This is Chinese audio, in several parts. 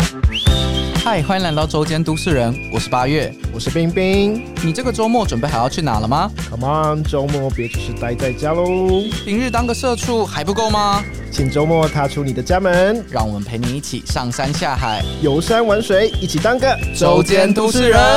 嗨，欢迎来到周间都市人，我是八月， 我是冰冰。 你这个周末准备好要去哪了吗？ Come on， 周末别只是待在家喽， 平日当个社畜还不够吗？ 请周末踏出你的家门， 让我们陪你一起上山下海， 游山玩水，一起当个周间都市人。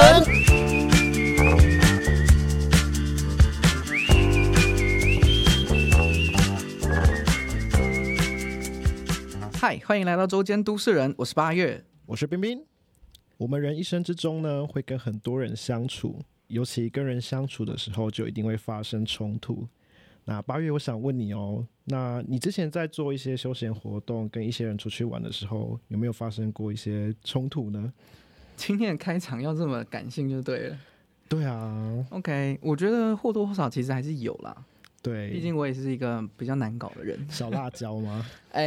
嗨，欢迎来到周间都市人，我是八月， 我是冰冰。我们人一生之中呢，会跟很多人相处，尤其跟人相处的时候，就一定会发生冲突。那八月，我想问你哦，那你之前在做一些休闲活动，跟一些人出去玩的时候，有没有发生过一些冲突呢？ 今天的开场要这么感性就对了。 对啊 OK， 我觉得或多或少其实还是有啦。 对， 毕竟我也是一个比较难搞的人。 小辣椒吗？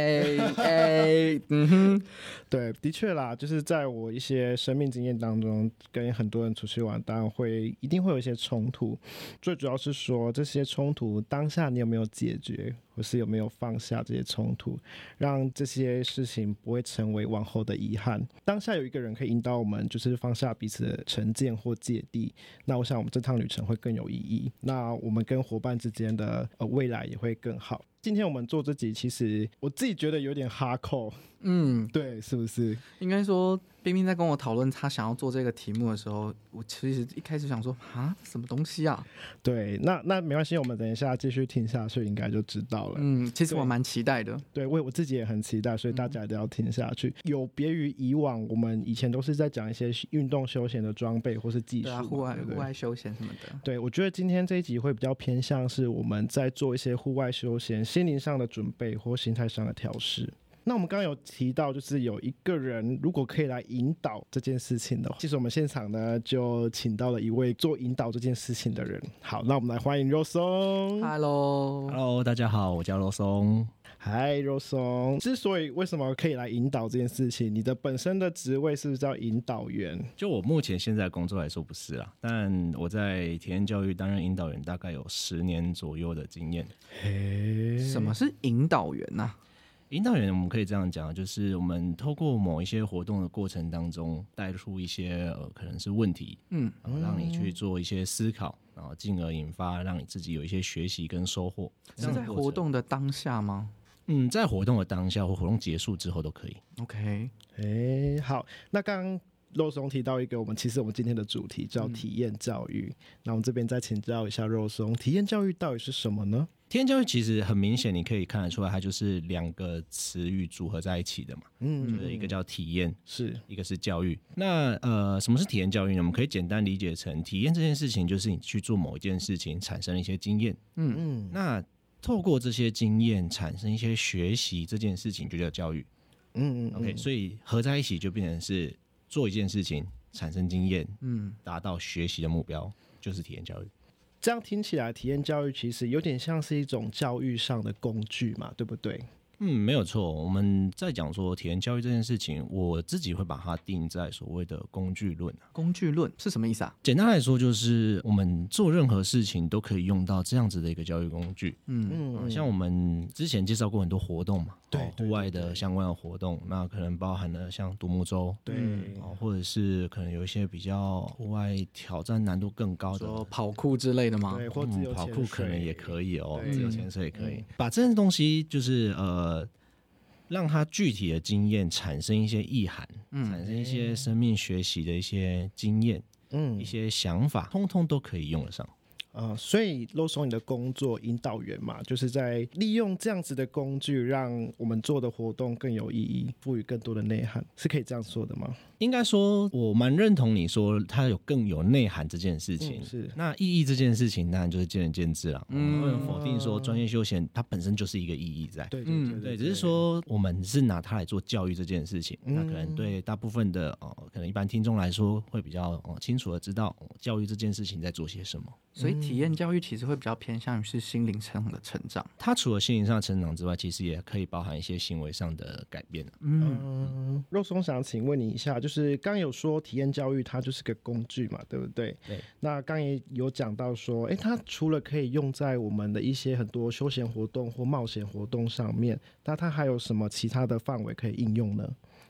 对，的确啦，就是在我一些生命经验当中，跟很多人出去玩，当然一定会有一些冲突。最主要是说，这些冲突当下你有没有解决，或是有没有放下这些冲突，让这些事情不会成为往后的遗憾。当下有一个人可以引导我们，就是放下彼此的成见或芥蒂，那我想我们这趟旅程会更有意义。那我们跟伙伴之间的未来也会更好。今天我们做这集，其实我自己觉得有点哈扣，对，是不是？ 应该说，冰冰在跟我讨论他想要做这个题目的时候，我其实一开始想说，啊，什么东西啊？ 对，那没关系，我们等一下继续听下去，应该就知道了。 其实我蛮期待的。 对，我自己也很期待，所以大家一定要听下去。有别于以往，我们以前都是在讲一些运动休闲的装备或是技术， 户外休闲什么的。 对，我觉得今天这一集会比较偏向是我们在做一些户外休闲心灵上的准备或心态上的调试。那我们刚刚有提到，就是有一个人如果可以来引导这件事情的话，其实我们现场呢就请到了一位做引导这件事情的人。好，那我们来欢迎肉松。 Hello， 大家好，我叫肉松。 嗨，肉松。之所以为什么可以来引导这件事情，你的本身的职位是不是叫引导员？ 就我目前现在工作来说不是啦，但我在体验教育担任引导员大概有10年左右的经验。 什么是引导员啊？ 引导员我们可以这样讲，就是我们透过某一些活动的过程当中，带出一些可能是问题，让你去做一些思考，然后进而引发让你自己有一些学习跟收获。 是在活动的当下吗？ 在活动的当下或活动结束之后都可以。 OK， 好，那刚刚肉松提到一个其实我们今天的主题叫体验教育，那我们这边再请教一下肉松，体验教育到底是什么呢？ 体验教育其实很明显，你可以看得出来，它就是2个词语组合在一起的嘛。就是一个叫体验， 是一个是教育。那什么是体验教育呢？我们可以简单理解成，体验这件事情就是你去做某一件事情产生了一些经验。那透过这些经验产生一些学习，这件事情就叫教育。OK， 所以合在一起就变成是做一件事情产生经验，达到学习的目标，就是体验教育。 这样听起来，体验教育其实有点像是一种教育上的工具嘛，对不对？ 没有错。我们在讲说体验教育这件事情，我自己会把它定在所谓的工具论。 工具论是什么意思啊？ 简单来说，就是我们做任何事情都可以用到这样子的一个教育工具。像我们之前介绍过很多活动嘛， 对， 户外的相关的活动，那可能包含了像独木舟， 对， 或者是可能有一些比较户外挑战难度更高的， 说跑酷之类的吗？ 对，或自由潜水， 跑酷可能也可以哦，自由潜水也可以。把这些东西就是让他具体的经验产生一些意涵，产生一些生命学习的一些经验，一些想法，通通都可以用得上。 所以肉松你的工作引导员嘛，就是在利用这样子的工具，让我们做的活动更有意义，赋予更多的内涵，是可以这样说的吗？ 应该说我蛮认同你说它更有内涵这件事情。 是。 那意义这件事情当然就是见仁见智了。我们不能否定说专业休闲它本身就是一个意义在。 对， 只是说我们是拿它来做教育这件事情，那可能对大部分的可能一般听众来说会比较清楚的知道教育这件事情在做些什么。 所以体验教育其实会比较偏向于是心灵上的成长。 它除了心灵上的成长之外，其实也可以包含一些行为上的改变。 肉松想请问你一下，就是刚有说体验教育它就是个工具嘛，对不对？ 对。 那刚也有讲到说，它除了可以用在我们的一些很多休闲活动或冒险活动上面，那它还有什么其他的范围可以应用呢？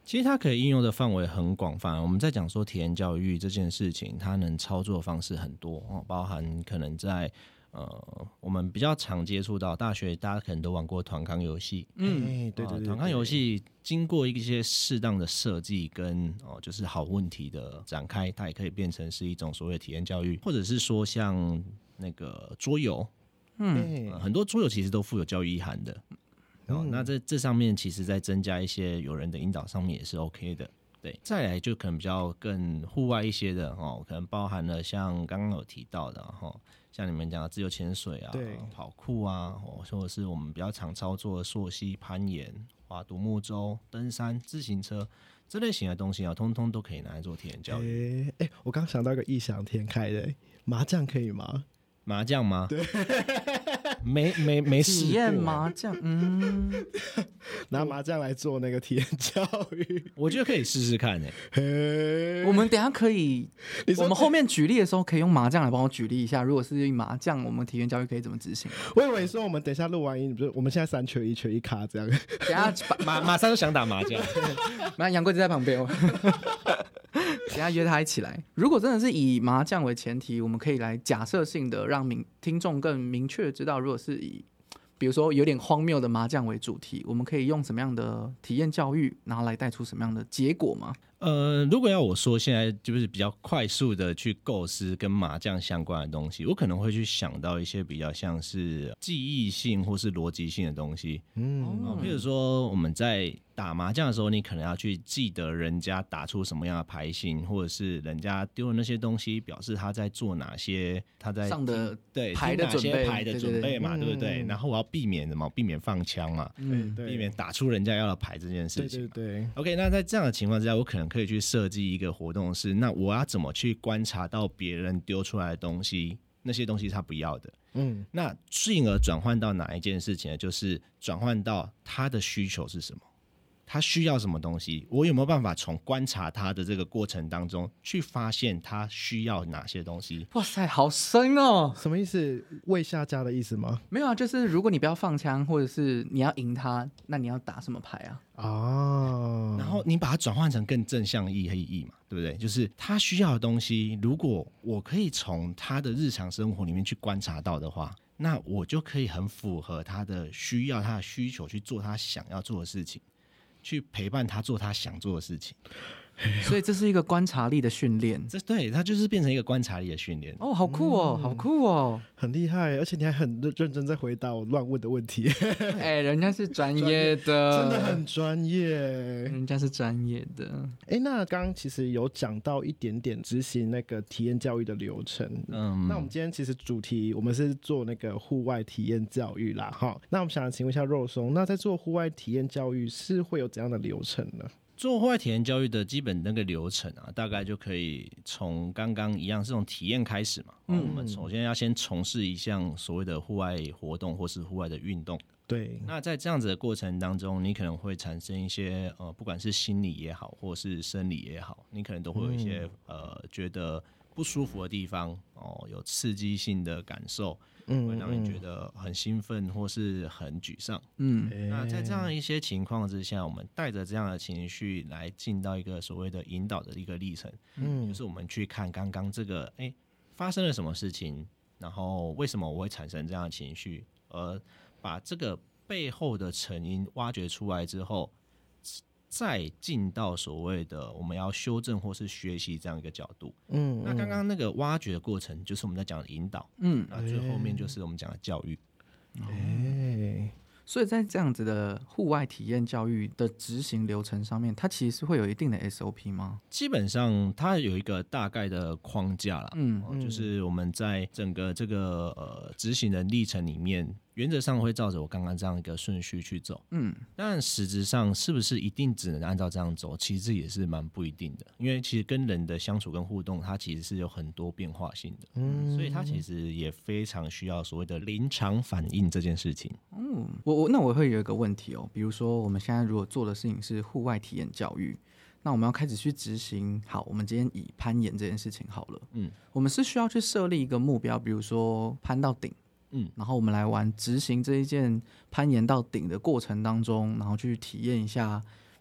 其实它可以应用的范围很广泛。我们在讲说体验教育这件事情，它能操作的方式很多包含可能在我们比较常接触到大学，大家可能都玩过团康游戏。 对， 团康游戏经过一些适当的设计跟就是好问题的展开，它也可以变成是一种所谓的体验教育，或者是说像那个桌游，很多桌游其实都附有教育意涵的。那这上面其实在增加一些有人的引导上面也是 OK 的。对，再来就可能比较更户外一些的可能包含了像刚刚有提到的像你们讲的自由潜水啊、跑酷啊，或者是我们比较常操作的溯溪、攀岩、划独木舟、登山、自行车这类型的东西通通都可以拿来做体验教育。 我刚想到一个异想天开的，麻将可以吗？ 麻将吗？对，没试过体验麻将， 拿麻将来做那个体验教育， 我觉得可以试试看我们等一下可以，我们后面举例的时候可以用麻将来帮我举例一下。如果是用麻将，我们体验教育可以怎么执行？ 我以为说我们等一下录完音，我们现在3缺1缺1卡这样。 等一下马上就想打麻将， 那杨贵子在旁边等一下约他一起来。如果真的是以麻将为前提，我们可以来假设性的让听众更明确的知道，如果是以比如说有点荒谬的麻将为主题，我们可以用什么样的体验教育，然后来带出什么样的结果吗？ 如果要我说现在就是比较快速的去构思跟麻将相关的东西，我可能会去想到一些比较像是记忆性或是逻辑性的东西。譬如说我们在打麻将的时候，你可能要去记得人家打出什么样的牌型，或者是人家丢的那些东西表示他在做哪些，他在上的牌的准备嘛， 对不对？然后我要避免什么？避免放枪嘛，避免打出人家要的牌这件事情。 对。 OK， 那在这样的情况之下，我可能可以去设计一个活动是，那我要怎么去观察到别人丢出来的东西，那些东西他不要的，那进而转换到哪一件事情呢？就是转换到他的需求是什么。他需要什么东西？我有没有办法从观察他的这个过程当中去发现他需要哪些东西？ 哇塞，好深哦！ 什么意思？为下家的意思吗？ 没有啊，就是如果你不要放枪，或者是你要赢他，那你要打什么牌啊？ 然后你把它转换成更正向的意义嘛，对不对？就是他需要的东西，如果我可以从他的日常生活里面去观察到的话，那我就可以很符合他的需要、他的需求去做他想要做的事情。去陪伴他做他想做的事情， 所以这是一个观察力的训练。 对，它就是变成一个观察力的训练。 好酷哦，好酷哦， 很厉害，而且你还很认真在回答我乱问的问题。 人家是专业的， 真的很专业， 人家是专业的。 那刚刚其实有讲到一点点执行那个体验教育的流程。那我们今天其实主题我们是做那个户外体验教育啦，那我们想请问一下肉松，那在做户外体验教育是会有怎样的流程呢？ 做户外体验教育的基本那个流程大概就可以从刚刚一样这种体验开始嘛。我们首先要先从事一项所谓的户外活动或是户外的运动。 对， 那在这样子的过程当中，你可能会产生一些不管是心理也好，或是生理也好，你可能都会有一些觉得不舒服的地方有刺激性的感受。会让你觉得很兴奋或是很沮丧。那在这样一些情况之下，我们带着这样的情绪来进到一个所谓的引导的一个历程。就是我们去看刚刚这个发生了什么事情，然后为什么我会产生这样的情绪，而把这个背后的成因挖掘出来之后，再进到所谓的我们要修正或是学习这样一个角度。那刚刚那个挖掘的过程就是我们在讲的引导。那最后面就是我们讲的教育。 所以在这样子的户外体验教育的执行流程上面，它其实是会有一定的 SOP 吗？ 基本上它有一个大概的框架啦。就是我们在整个这个执行的历程里面，原则上会照着我刚刚这样一个顺序去走。但实质上是不是一定只能按照这样走，其实也是蛮不一定的。因为其实跟人的相处跟互动，它其实是有很多变化性的。所以它其实也非常需要所谓的临场反应这件事情。 那我会有一个问题比如说我们现在如果做的事情是户外体验教育，那我们要开始去执行。好，我们今天以攀岩这件事情好了。我们是需要去设立一个目标，比如说攀到顶。然后我们来执行这一件攀岩到顶的过程当中，然后去体验一下，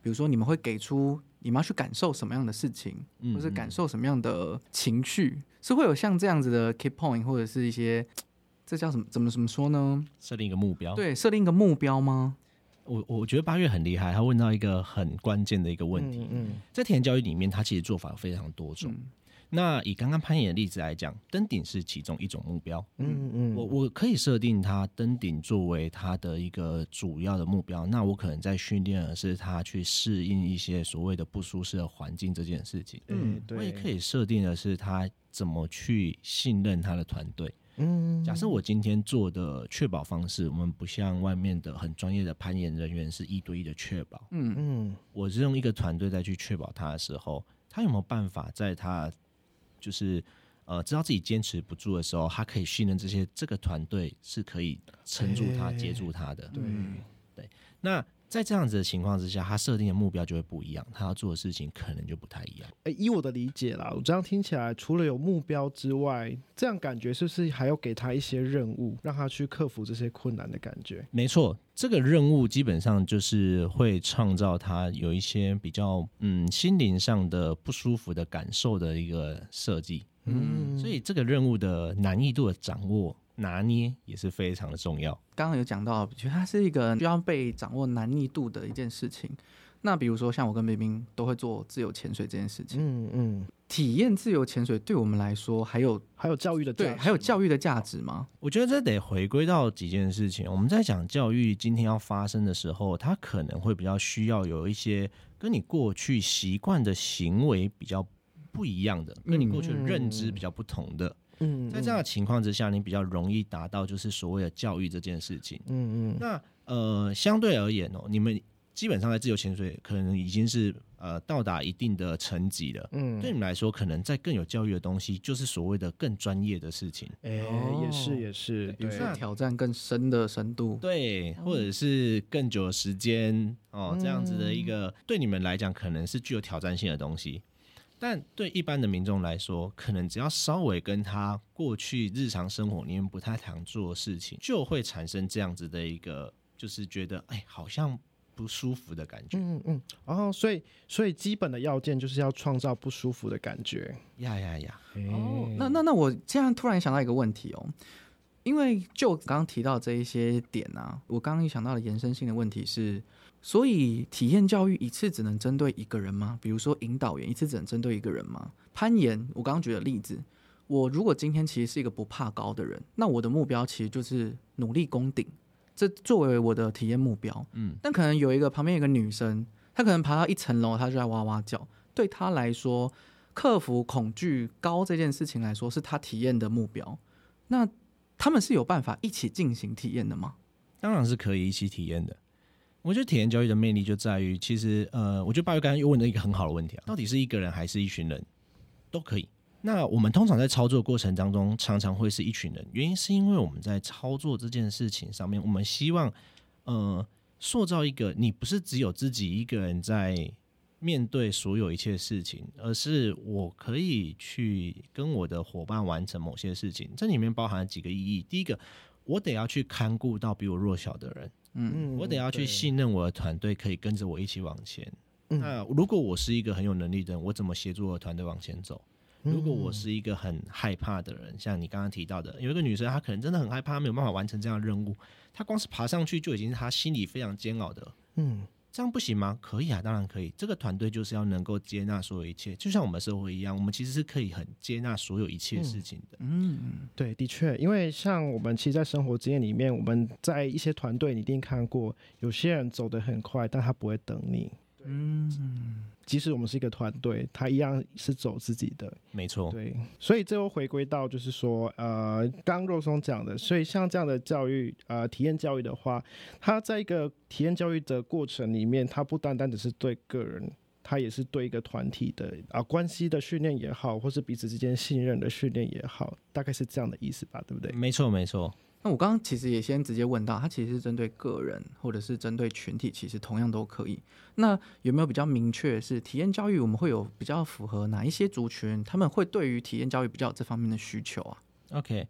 比如说你们会给出你们要去感受什么样的事情，或是感受什么样的情绪，是会有像这样子的 key point， 或者是一些这叫什么怎么说呢？ 设定一个目标， 对，设定一个目标吗？ 我觉得8月很厉害，他问到一个很关键的一个问题。在体验教育里面，他其实做法有非常多种。那以刚刚攀岩的例子来讲，登顶是其中一种目标。我可以设定他登顶作为他的一个主要的目标。那我可能在训练的是他去适应一些所谓的不舒适的环境这件事情。我也可以设定的是他怎么去信任他的团队。假设我今天做的确保方式，我们不像外面的很专业的攀岩人员是1对1的确保。我是用一个团队再去确保他的时候，他有没有办法在他就是知道自己坚持不住的时候，他可以信任这个团队是可以撑住他、接住他的。对。那在这样子的情况之下，他设定的目标就会不一样，他要做的事情可能就不太一样。 依我的理解啦，我这样听起来，除了有目标之外，这样感觉是不是还要给他一些任务，让他去克服这些困难的感觉？ 没错，这个任务基本上就是会创造他有一些比较心灵上的不舒服的感受的一个设计。所以这个任务的难易度的掌握拿捏也是非常的重要。 刚刚有讲到，觉得它是一个需要被掌握难易度的一件事情。那比如说像我跟冰冰都会做自由潜水这件事情，体验自由潜水对我们来说还有教育的价值， 对，还有教育的价值吗？ 我觉得这得回归到几件事情。我们在讲教育今天要发生的时候，它可能会比较需要有一些跟你过去习惯的行为比较不一样的，跟你过去的认知比较不同的。在这样的情况之下，你比较容易达到就是所谓的教育这件事情。那相对而言你们基本上在自由潜水可能已经是到达一定的层级了。对你们来说，可能在更有教育的东西，就是所谓的更专业的事情。 也是， 比如说挑战更深的深度， 对，或者是更久的时间这样子的一个对你们来讲可能是具有挑战性的东西。但对一般的民众来说，可能只要稍微跟他过去日常生活里面不太常做的事情，就会产生这样子的一个，就是觉得好像不舒服的感觉。 所以基本的要件就是要创造不舒服的感觉。 那我这样突然想到一个问题因为就刚刚提到这一些点啊，我刚刚想到的延伸性的问题是，所以体验教育一次只能针对一个人吗？比如说引导员一次只能针对一个人吗？攀岩，我刚刚举的例子，我如果今天其实是一个不怕高的人，那我的目标其实就是努力攻顶，这作为我的体验目标。但可能有一个旁边有一个女生，她可能爬到1层楼，她就在哇哇叫，对她来说，克服恐惧高这件事情来说，是她体验的目标。那他们是有办法一起进行体验的吗？ 当然是可以一起体验的。我觉得体验教育的魅力就在于，其实我觉得8月刚刚又问了一个很好的问题到底是一个人还是一群人都可以。那我们通常在操作过程当中常常会是一群人，原因是因为我们在操作这件事情上面，我们希望塑造一个你不是只有自己一个人在面对所有一切事情，而是我可以去跟我的伙伴完成某些事情。这里面包含了几个意义。第一个，我得要去看顾到比我弱小的人，我得要去信任我的团队可以跟着我一起往前。那如果我是一个很有能力的人，我怎么协助我的团队往前走？如果我是一个很害怕的人，像你刚刚提到的，有一个女生她可能真的很害怕，没有办法完成这样的任务，她光是爬上去就已经是她心里非常煎熬的。这样不行吗？可以啊，当然可以。这个团队就是要能够接纳所有一切，就像我们社会一样，我们其实是可以很接纳所有一切事情的。 对，的确，因为像我们其实，在生活经验里面，我们在一些团队，你一定看过，有些人走得很快，但他不会等你。即使我们是一个团队，他一样是走自己的。 没错， 对，所以这又回归到就是说，刚肉松讲的，所以像这样的教育，体验教育的话，它在一个体验教育的过程里面，它不单单只是对个人，它也是对一个团体的关系的训练也好，或是彼此之间信任的训练也好，大概是这样的意思吧，对不对？ 没错，没错。 那我刚刚其实也先直接问到，它其实是针对个人或者是针对群体，其实同样都可以。那有没有比较明确是体验教育我们会有比较符合哪一些族群，他们会对于体验教育比较有这方面的需求啊？ OK，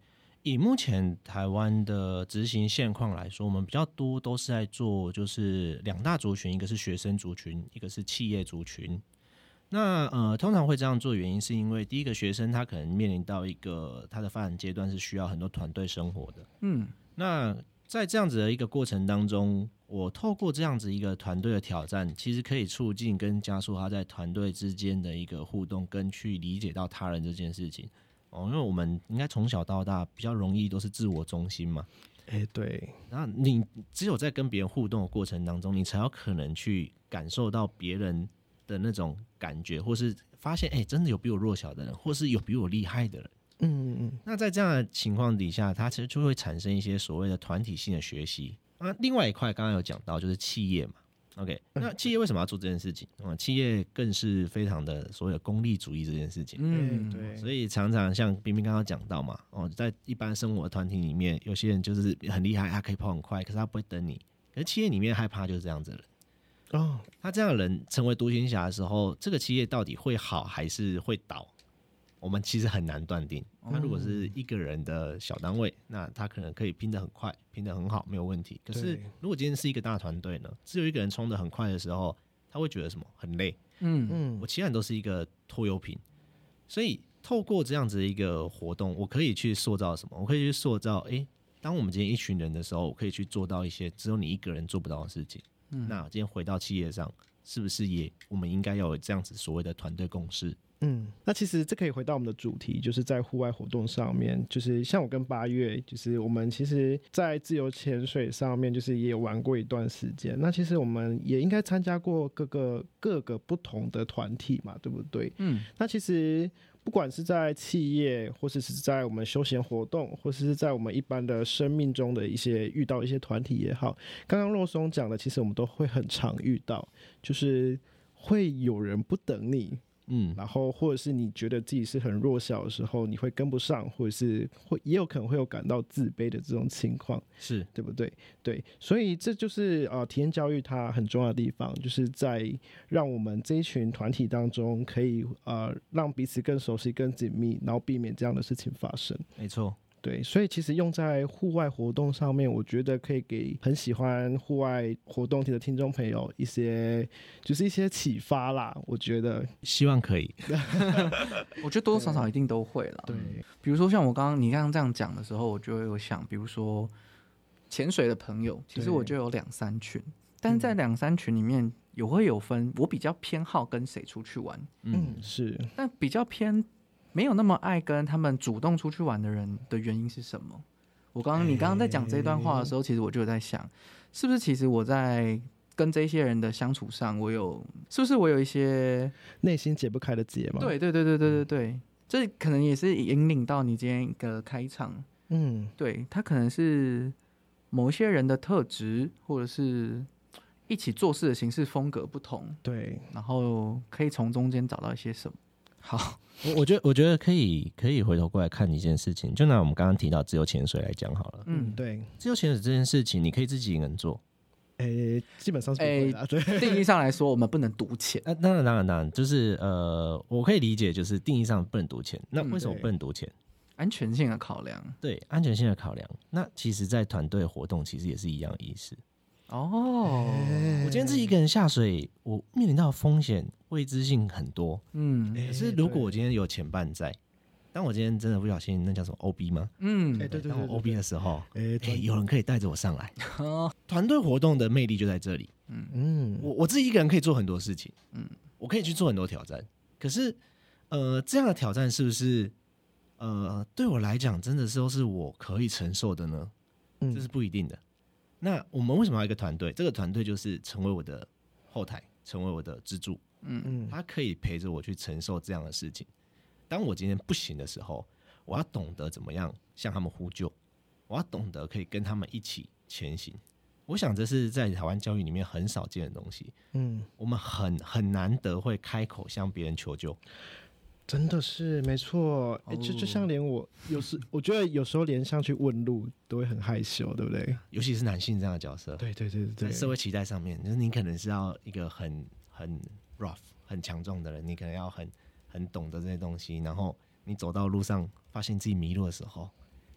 以目前台湾的执行现况来说，我们比较多都是在做就是2大族群，一个是学生族群，一个是企业族群。那通常会这样做的原因是因为第一个学生他可能面临到一个他的发展阶段是需要很多团队生活的，那在这样子的一个过程当中，我透过这样子一个团队的挑战，其实可以促进跟加速他在团队之间的一个互动，跟去理解到他人这件事情。因为我们应该从小到大比较容易都是自我中心嘛， 对。 然后你只有在跟别人互动的过程当中，你才有可能去感受到别人的那种感觉，或是发现真的有比我弱小的人，或是有比我厉害的人。那在这样的情况底下，它其实就会产生一些所谓的团体性的学习。另外一块刚刚有讲到就是企业嘛 ，OK， 那企业为什么要做这件事情？企业更是非常的所谓的功利主义这件事情。 对， 所以常常像冰冰刚刚讲到嘛，在一般生活的团体里面，有些人就是很厉害，他可以跑很快，可是他不会等你。可是企业里面害怕就是这样子的人。他这样的人成为独行侠的时候，这个企业到底会好还是会倒？我们其实很难断定。他如果是一个人的小单位，那他可能可以拼得很快，拼得很好，没有问题。可是如果今天是一个大团队呢，只有一个人冲得很快的时候，他会觉得什么？很累。我其他人都是一个拖油瓶，所以透过这样子的一个活动，我可以去塑造什么？我可以去塑造，当我们今天一群人的时候，我可以去做到一些只有你一个人做不到的事情。那今天回到企业上，是不是我们应该要有这样子所谓的团队共识？ 那其实这可以回到我们的主题，就是在户外活动上面，就是像我跟8月，就是我们其实在自由潜水上面，就是也有玩过一段时间。那其实我们也应该参加过各个不同的团体嘛，对不对？那其实不管是在企业，或是在我们休闲活动，或是在我们一般的生命中的一些遇到一些团体也好，刚刚肉松讲的，其实我们都会很常遇到，就是会有人不等你。然后或者是你觉得自己是很弱小的时候，你会跟不上，或者是也有可能会有感到自卑的这种情况， 是对不对？对，所以这就是体验教育它很重要的地方，就是在让我们这一群团体当中，可以让彼此更熟悉、更紧密，然后避免这样的事情发生。 没错。 对，所以其实用在户外活动上面，我觉得可以给很喜欢户外活动的听众朋友一些启发啦。我觉得希望可以， 我觉得多多少少一定都会啦。 对， 比如说像你刚刚这样讲的时候，我就有想，比如说潜水的朋友，其实我就有2-3群，但是在2-3群里面会有分，我比较偏好跟谁出去玩， 是， 但比较偏没有那么爱跟他们主动出去玩的人的原因是什么？你刚刚在讲这段话的时候，其实我就有在想，是不是其实我在跟这些人的相处上，是不是我有一些内心解不开的结吗？ 对，这可能也是引领到你今天一个开场。对，他可能是某一些人的特质，或者是一起做事的形式风格不同， 对， 然后可以从中间找到一些什么。好， 我觉得可以回头过来看一件事情，就拿我们刚刚提到自由潜水来讲好了。 对， 自由潜水这件事情，你可以自己一个人做。 基本上是不会的。对， 定义上来说，我们不能独潜。 当然，就是我可以理解，就是定义上不能独潜。那为什么不能独潜？ 安全性的考量。 对，安全性的考量。那其实，在团队活动其实也是一样的意思。我今天自己一个人下水，我面临到的风险未知性很多。可是如果我今天有前伴在，当我今天真的不小心，那叫什么 OB 吗？ 对， 当我 OB 的时候，有人可以带着我上来。团队活动的魅力就在这里。我自己一个人可以做很多事情。我可以去做很多挑战。可是，这样的挑战是不是对我来讲真的都是我可以承受的呢？这是不一定的。那我们为什么要有一个团队？这个团队就是成为我的后台，成为我的支柱。他可以陪着我去承受这样的事情。当我今天不行的时候，我要懂得怎么样向他们呼救，我要懂得可以跟他们一起前行。我想这是在台湾教育里面很少见的东西。我们很难得会开口向别人求救。 真的是没错。就像连我我觉得有时候连上去问路都会很害羞，对不对？ 尤其是男性这样的角色。 对， 在社会期待上面，就是你可能是要一个很 rough 很强壮的人，你可能要很懂得这些东西，然后你走到路上发现自己迷路的时候，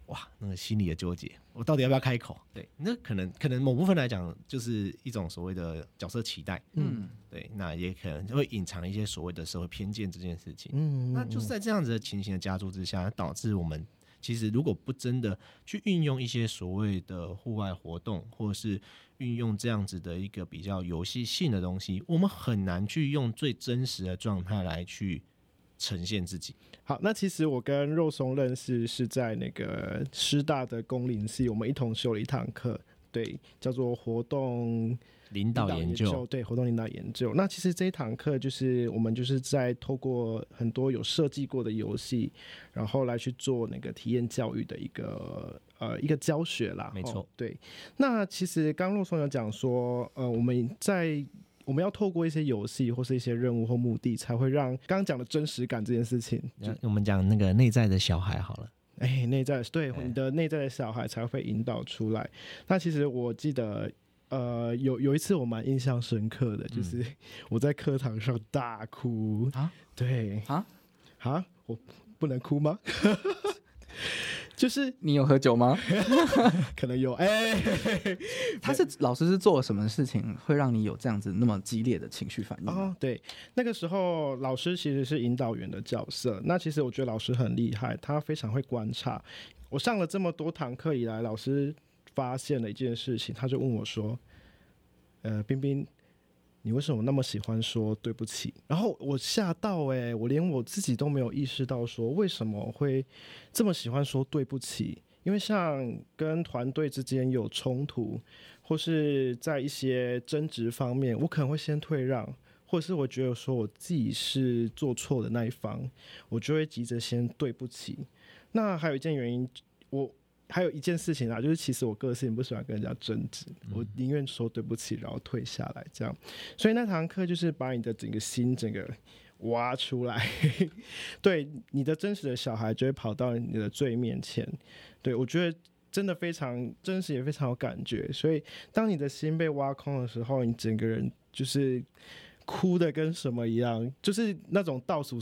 哇，那个心里的纠结，我到底要不要开口？对，那可能某部分来讲，就是一种所谓的角色期待，对，那也可能会隐藏一些所谓的社会偏见这件事情，那就是在这样子的情形的加注之下，导致我们其实如果不真的去运用一些所谓的户外活动，或者是运用这样子的一个比较游戏性的东西，我们很难去用最真实的状态来去呈现自己。 好，那其实我跟肉松认识是在那个师大的工龄系，我们一同修了一堂课，对，叫做活动领导研究， 对，活动领导研究。那其实这一堂课就是我们就是在透过很多有设计过的游戏，然后来去做那个体验教育的一个教学啦。 没错， 对。那其实刚肉松有讲说，我们要透过一些游戏或是一些任务或目的，才会让刚刚讲的真实感这件事情。 我们讲那个内在的小孩好了。 内在，对，你的内在的小孩才会引导出来。那其实我记得，有一次我蛮印象深刻的，就是我在课堂上大哭啊，对啊，我不能哭吗？就是你有喝酒吗？ 可能有。 老师是做了什么事情会让你有这样子那么激烈的情绪反应？ 对，那个时候老师其实是引导员的角色。那其实我觉得老师很厉害，他非常会观察。我上了这么多堂课以来，老师发现了一件事情，他就问我说：“彬彬，你为什么那么喜欢说对不起？”然后我吓到我连我自己都没有意识到说为什么会这么喜欢说对不起。因为像跟团队之间有冲突，或是在一些争执方面，我可能会先退让，或者是我觉得说我自己是做错的那一方，我就会急着先对不起。那还有一件原因，还有一件事情就是其实我个性不喜欢跟人家争执，我宁愿说对不起，然后退下来这样。所以那堂课就是把你的整个心整个挖出来，对，你的真实的小孩就会跑到你的最面前。对，我觉得真的非常真实，也非常有感觉。所以当你的心被挖空的时候，你整个人就是哭的跟什么一样，就是那种倒数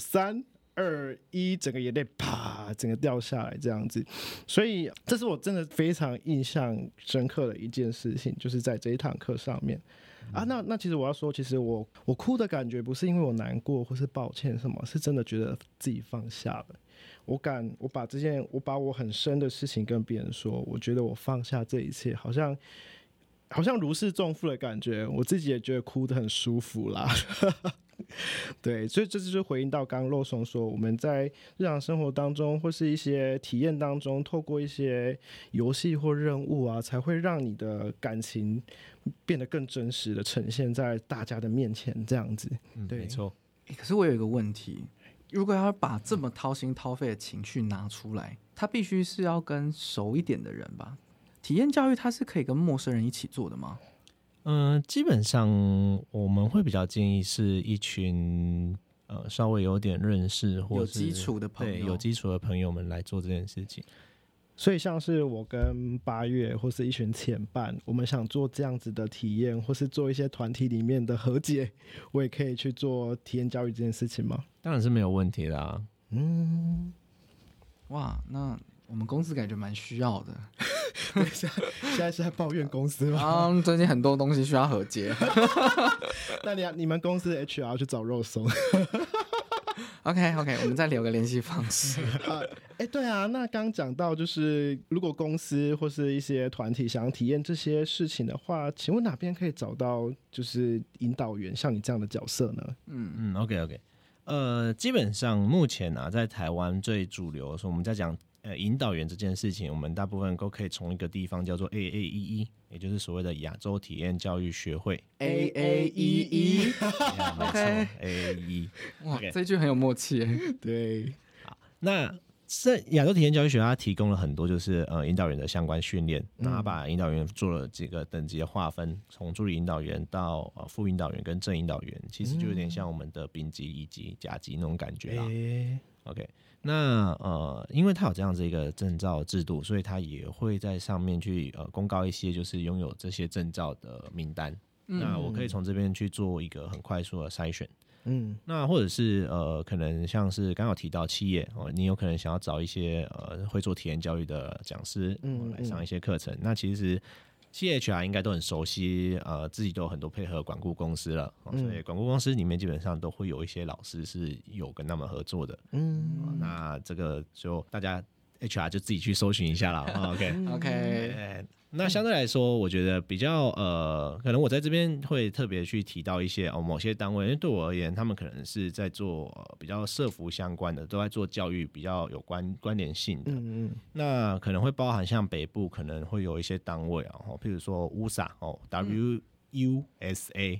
3、2、1，整个眼泪啪，整个掉下来这样子。所以这是我真的非常印象深刻的一件事情，就是在这一堂课上面。那其实我要说，其实我哭的感觉不是因为我难过或是抱歉什么，是真的觉得自己放下了。我把我很深的事情跟别人说，我觉得我放下这一切，好像如释重负的感觉，我自己也觉得哭得很舒服啦。对，所以这就是回应到刚刚肉松说，我们在日常生活当中或是一些体验当中，透过一些游戏或任务啊，才会让你的感情变得更真实的呈现在大家的面前，这样子。对， 没错。 可是我有一个问题，如果要把这么掏心掏肺的情绪拿出来，他必须是要跟熟一点的人吧？体验教育它是可以跟陌生人一起做的吗？ 基本上我们会比较建议是一群稍微有点认识或是有基础的朋友， 对，有基础的朋友们来做这件事情。 所以像是我跟8月或是一群前伴，我们想做这样子的体验，或是做一些团体里面的和解，我也可以去做体验教育这件事情吗？ 当然是没有问题的啊。 哇，那我们公司感觉蛮需要的。 现在是在抱怨公司吗？ 最近很多东西需要和解。 那你们公司的 HR 去找肉松。 OK， 我们再留个联系方式。 对啊，那刚讲到就是如果公司或是一些团体想要体验这些事情的话，请问哪边可以找到就是引导员像你这样的角色呢 ？OK， 基本上目前啊，在台湾最主流的时候，我们在讲引导员这件事情，我们大部分都可以从一个地方叫做 AAEE， 也就是所谓的亚洲体验教育学会。 AAEE， 没错 ，AAEE。 哇，这句很有默契耶。 对， 好，那在亚洲体验教育学会，它提供了很多就是引导员的相关训练，然后把引导员做了几个等级的划分，从助理引导员到副引导员跟正引导员，其实就有点像我们的丙级、乙级、甲级那种感觉啦。OK。那因为它有这样子一个证照制度，所以它也会在上面去公告一些就是拥有这些证照的名单。那我可以从这边去做一个很快速的筛选。 那或者是可能像是刚刚有提到企业你有可能想要找一些会做体验教育的讲师来上一些课程。那其实企业 HR 应该都很熟悉自己都有很多配合管顾公司了所以管顾公司里面基本上都会有一些老师是有跟他们合作的。那这个就大家 HR 就自己去搜寻一下啦。OK， 那相对来说我觉得比较可能我在这边会特别去提到一些某些单位，因为对我而言他们可能是在做比较社福相关的，都在做教育比较有关联性的。那可能会包含像北部可能会有一些单位譬如说 USA WUSA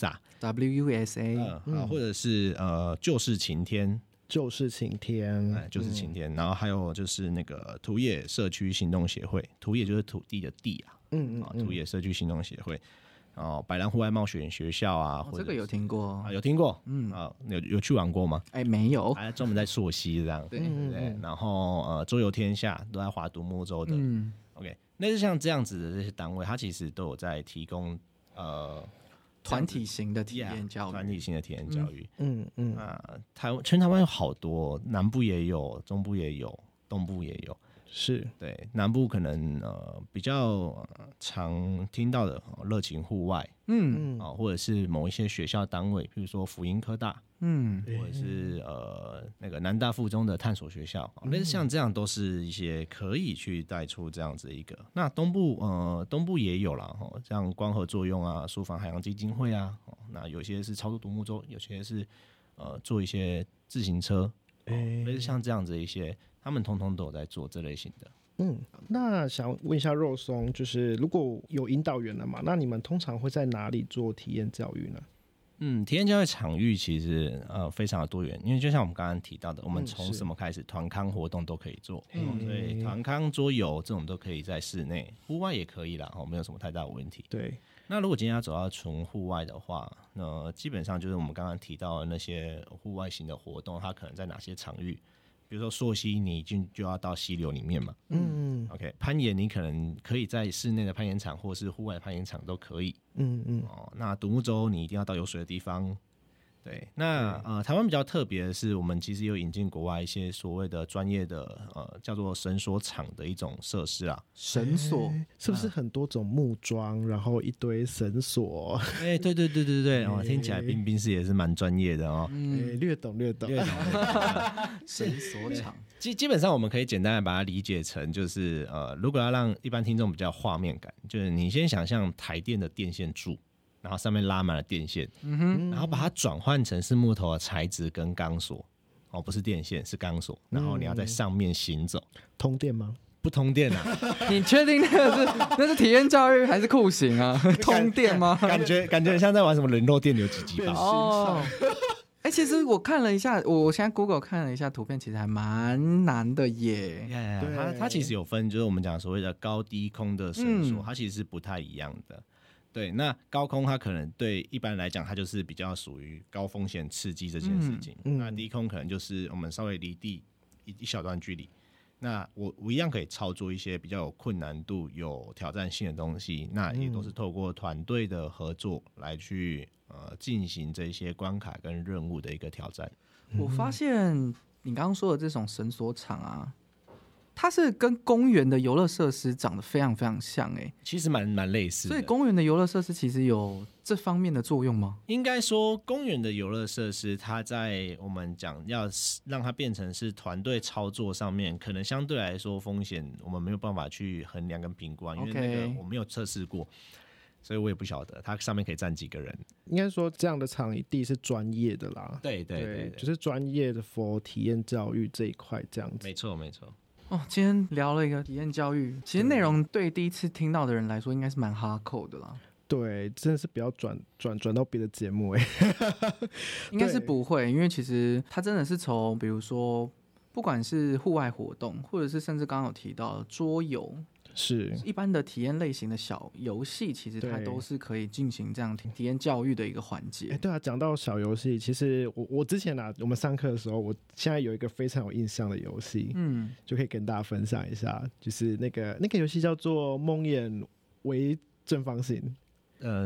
WUSA 或者是就是晴天就是晴天， 就是晴天，然后还有就是那个土野社区行动协会，土野就是土地的地土野社区行动协会，百兰户外冒险学校啊， 这个有听过有听过，有去玩过吗？ 没有， 还专门在溯溪这样，对，然后周游天下都在划独木舟的，OK， 那是像这样子的这些单位，它其实都有在提供团体型的体验教育， 团体型的体验教育，全台湾有好多，南部也有，中部也有，东部也有， 是对，南部可能比较常听到的热情户外，或者是某一些学校单位，比如说辅英科大，或者是那个南大附中的探索学校，类似像这样都是一些可以去带出这样子一个。那东部也有啦，像光合作用啊、苏防海洋基金会啊，那有些是操作独木舟，有些是做一些自行车，类似像这样子一些，他们通通都有在做这类型的。 那想问一下肉松，就是如果有引导员了嘛，那你们通常会在哪里做体验教育呢？ 体验教育场域其实非常的多元，因为就像我们刚刚提到的，我们从什么开始，团康活动都可以做，所以团康桌游这种都可以在室内，户外也可以啦，没有什么太大的问题。 对， 那如果今天要走到纯户外的话，那基本上就是我们刚刚提到的那些户外型的活动，它可能在哪些场域？比如说溯溪，你就要到溪流里面嘛。OK， 攀岩你可能可以在室内的攀岩场或是户外的攀岩场都可以。那独木舟你一定要到有水的地方。对，那台湾比较特别的是，我们其实有引进国外一些所谓的专业的叫做绳索场的一种设施啊。 绳索是不是很多种木桩，然后一堆绳索？ 对，听起来冰冰室也是蛮专业的哦。 略懂。 绳索场， 基本上我们可以简单的把它理解成，就是如果要让一般听众比较画面感，就是你先想象台电的电线柱。然后上面拉满了电线，然后把它转换成是木头的材质跟钢索，不是电线，是钢索，然后你要在上面行走。 通电吗？ 不通电啊？ 你确定那是体验教育还是酷刑啊？通电吗？ 感觉很像在玩什么人肉电流几级吧？ 其实我看了一下，我现在 Google 看了一下图片，其实还蛮难的耶。 它其实有分，就是我们讲所谓的高低空的绳索，它其实是不太一样的。对，那高空它可能对一般人来讲，它就是比较属于高风险刺激这件事情。那低空可能就是我们稍微离地一小段距离。那我一样可以操作一些比较有困难度、有挑战性的东西。那也都是透过团队的合作来去进行这些关卡跟任务的一个挑战。 我发现你刚刚说的这种绳索场啊，它是跟公园的游乐设施长得非常非常像其实蛮类似的。 所以公园的游乐设施其实有这方面的作用吗？ 应该说，公园的游乐设施，它在我们讲要让它变成是团队操作上面，可能相对来说风险我们没有办法去衡量跟评估，因为那个我没有测试过。所以我也不晓得它上面可以站几个人。 应该说这样的场地是专业的啦。 对， 就是专业的 for 体验教育这一块这样子。 没错。 今天聊了一个体验教育，其实内容对第一次听到的人来说，应该是蛮哈扣的啦。 对，真的是不要转到别的节目应该是不会，因为其实它真的是从比如说，不管是户外活动，或者是甚至刚刚有提到的桌游。 是一般的体验类型的小游戏，其实它都是可以进行这样体验教育的一个环节。 对啊，讲到小游戏，其实我之前我们上课的时候，我现在有一个非常有印象的游戏，就可以跟大家分享一下，就是那个游戏叫做梦魇为正方形。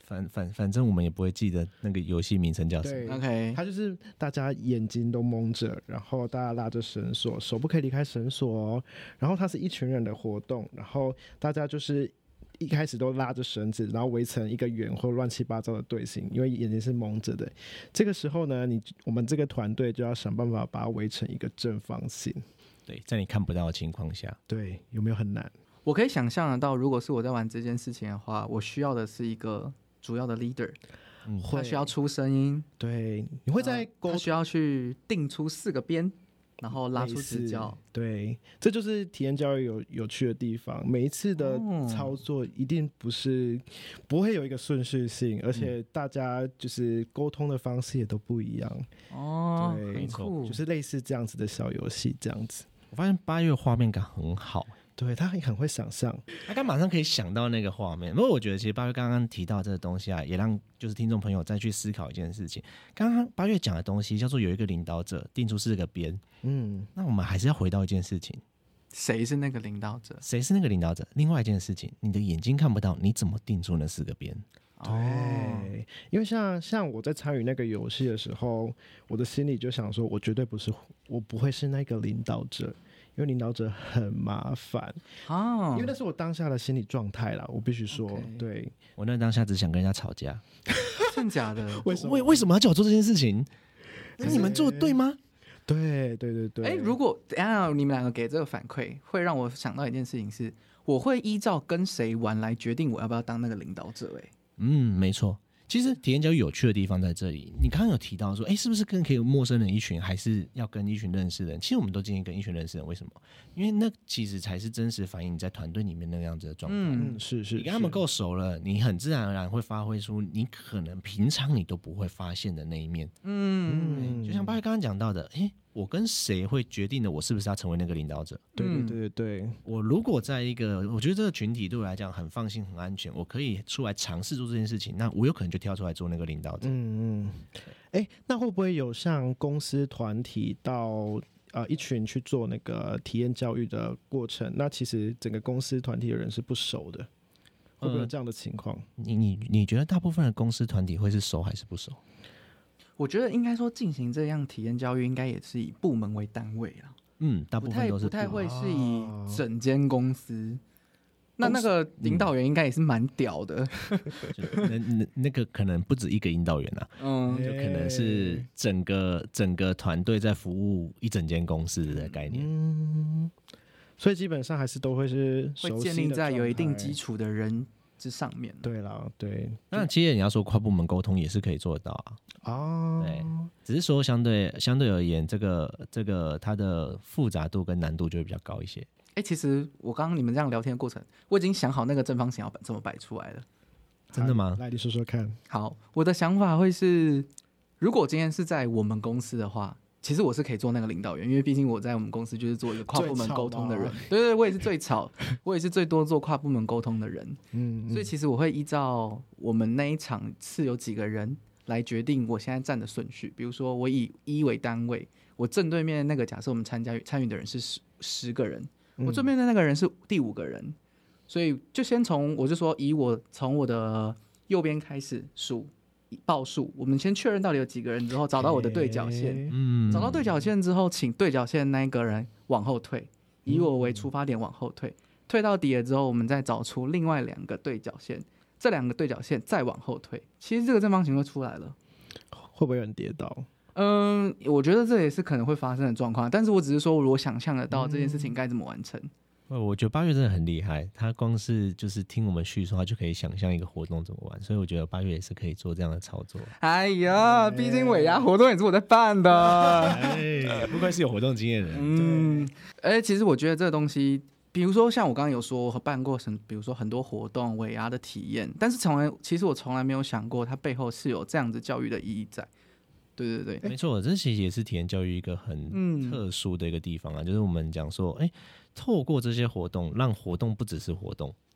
反正我们也不会记得那个游戏名称叫什么。 对 OK， 它就是大家眼睛都蒙着，然后大家拉着绳索，手不可以离开绳索哦。然后它是一群人的活动，然后大家就是一开始都拉着绳子，然后围成一个圆或乱七八糟的队形，因为眼睛是蒙着的。这个时候呢，我们这个团队就要想办法把它围成一个正方形。 对，在你看不到的情况下， 对，有没有很难？ 我可以想象得到，如果是我在玩这件事情的话，我需要的是一个主要的 leader，他需要出声音， 对，你会在他需要去定出4个边，然后拉出直角。 对，这就是体验教育有趣的地方。每一次的操作一定不会有一个顺序性，而且大家就是沟通的方式也都不一样。 哦， 对， 很酷， 就是类似这样子的小游戏，这样子。 我发现8月画面感很好。 对，他很会想象， 他刚马上可以想到那个画面。不过我觉得其实8月刚刚提到这个东西啊，也让就是听众朋友再去思考一件事情。刚刚8月讲的东西叫做有一个领导者定出4个边，那我们还是要回到一件事情， 谁是那个领导者？ 谁是那个领导者？另外一件事情，你的眼睛看不到，你怎么定出那4个边？ 对，因为像我在参与那个游戏的时候，我的心里就想说，我不会是那个领导者。因为领导者很麻烦啊，因为那是我当下的心理状态啦，我必须说，对， 我那当下只想跟人家吵架， 真假的？ 为什么要叫我做这件事情？你们做的对吗？ 对。 如果等一下你们2个给这个反馈，会让我想到一件事情是，我会依照跟谁玩来决定我要不要当那个领导者。 没错。其实体验教育有趣的地方在这里，你刚刚有提到说，是不是跟可以陌生人一群，还是要跟一群认识的人？其实我们都建议跟一群认识的人，为什么？因为那其实才是真实反映你在团队里面那个样子的状态。 是， 你跟他们够熟了，你很自然而然会发挥出你可能平常你都不会发现的那一面。就像8月刚刚讲到的，我跟谁会决定的我是不是要成为那个领导者？ 对。 我如果在一个我觉得这个群体对我来讲很放心很安全，我可以出来尝试做这件事情，那我有可能就跳出来做那个领导者。 那会不会有像公司团体到一群去做那个体验教育的过程？那其实整个公司团体的人是不熟的，会不会有这样的情况？ 你觉得大部分的公司团体会是熟还是不熟？ 我觉得应该说进行这样体验教育，应该也是以部门为单位啦。 大部分都是不太会是以整间公司。那个领导员应该也是蛮屌的， 那个可能不止一个引导员啊，就可能是整个团队在服务一整间公司的概念。 所以基本上还是都会是会建立在有一定基础的人之上面。 对啦，对。 那其实你要说跨部门沟通也是可以做得到啊。对，只是说相对而言，这个它的复杂度跟难度就会比较高一些。 其实我刚刚你们这样聊天的过程，我已经想好那个正方形要怎么摆出来了。 真的吗？ 来，你说说看。 好，我的想法会是，如果今天是在我们公司的话，其实我是可以做那个领导员，因为毕竟我在我们公司就是做一个跨部门沟通的人。对，我也是最吵，我也是最多做跨部门沟通的人。所以其实我会依照我们那一场次有几个人来决定我现在站的顺序。比如说，我以1为单位，我正对面那个假设我们参与的人是10个人。我正面的那个人是第5个人，所以就先我就说我从我的右边开始报数，我们先确认到底有几个人之后，找到我的对角线，找到对角线之后，请对角线那一个人往后退，以我为出发点往后退，退到底了之后，我们再找出另外2个对角线，这2个对角线再往后退，其实这个正方形就出来了。 会不会有人跌倒？ 我觉得这也是可能会发生的状况，但是我只是说，如果想象得到这件事情该怎么完成。 我觉得8月真的很厉害，他光是就是听我们叙述，他就可以想象一个活动怎么玩，所以我觉得8月也是可以做这样的操作。 哎呀，毕竟尾牙活动也是我在办的， 不愧是有活动经验的人。 其实我觉得这个东西，比如说像我刚刚有说，我办过比如说很多活动尾牙的体验，但是其实我从来没有想过它背后是有这样子教育的意义在。对， 没错，这其实也是体验教育一个很特殊的一个地方啊，就是我们讲说，透过这些活动，让活动不只是活动，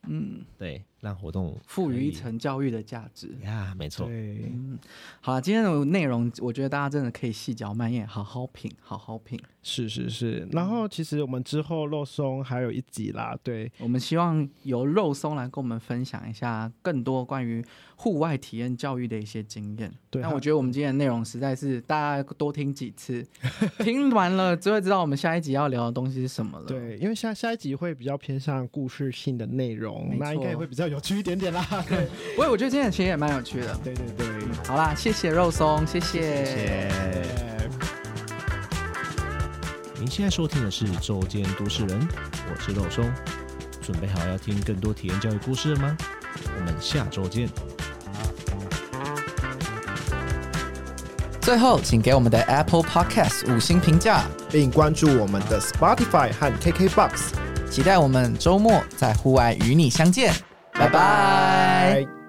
对，让活动赋予一层教育的价值呀，没错。 对， 好了，今天的内容我觉得大家真的可以细嚼慢咽，好好品，好好品。 是。然后其实我们之后肉松还有一集啦，对， 我们希望由肉松来跟我们分享一下更多关于户外体验教育的一些经验。 对， 但我觉得我们今天的内容实在是大家多听几次，听完了就会知道我们下一集要聊的东西是什么了。 对，因为下一集会比较偏向故事性的内容，那应该也会比较有趣一点点啦。对， 不过我觉得今天其实也蛮有趣的。 对， 好啦，谢谢肉松，谢谢。 您现在收听的是《周间都市人》，我是肉松，准备好要听更多体验教育故事了吗？我们下周见。 最后，请给我们的 Apple Podcast 5星评价， 并关注我们的 Spotify 和 KKBOX， 期待我们周末在户外与你相见，拜拜。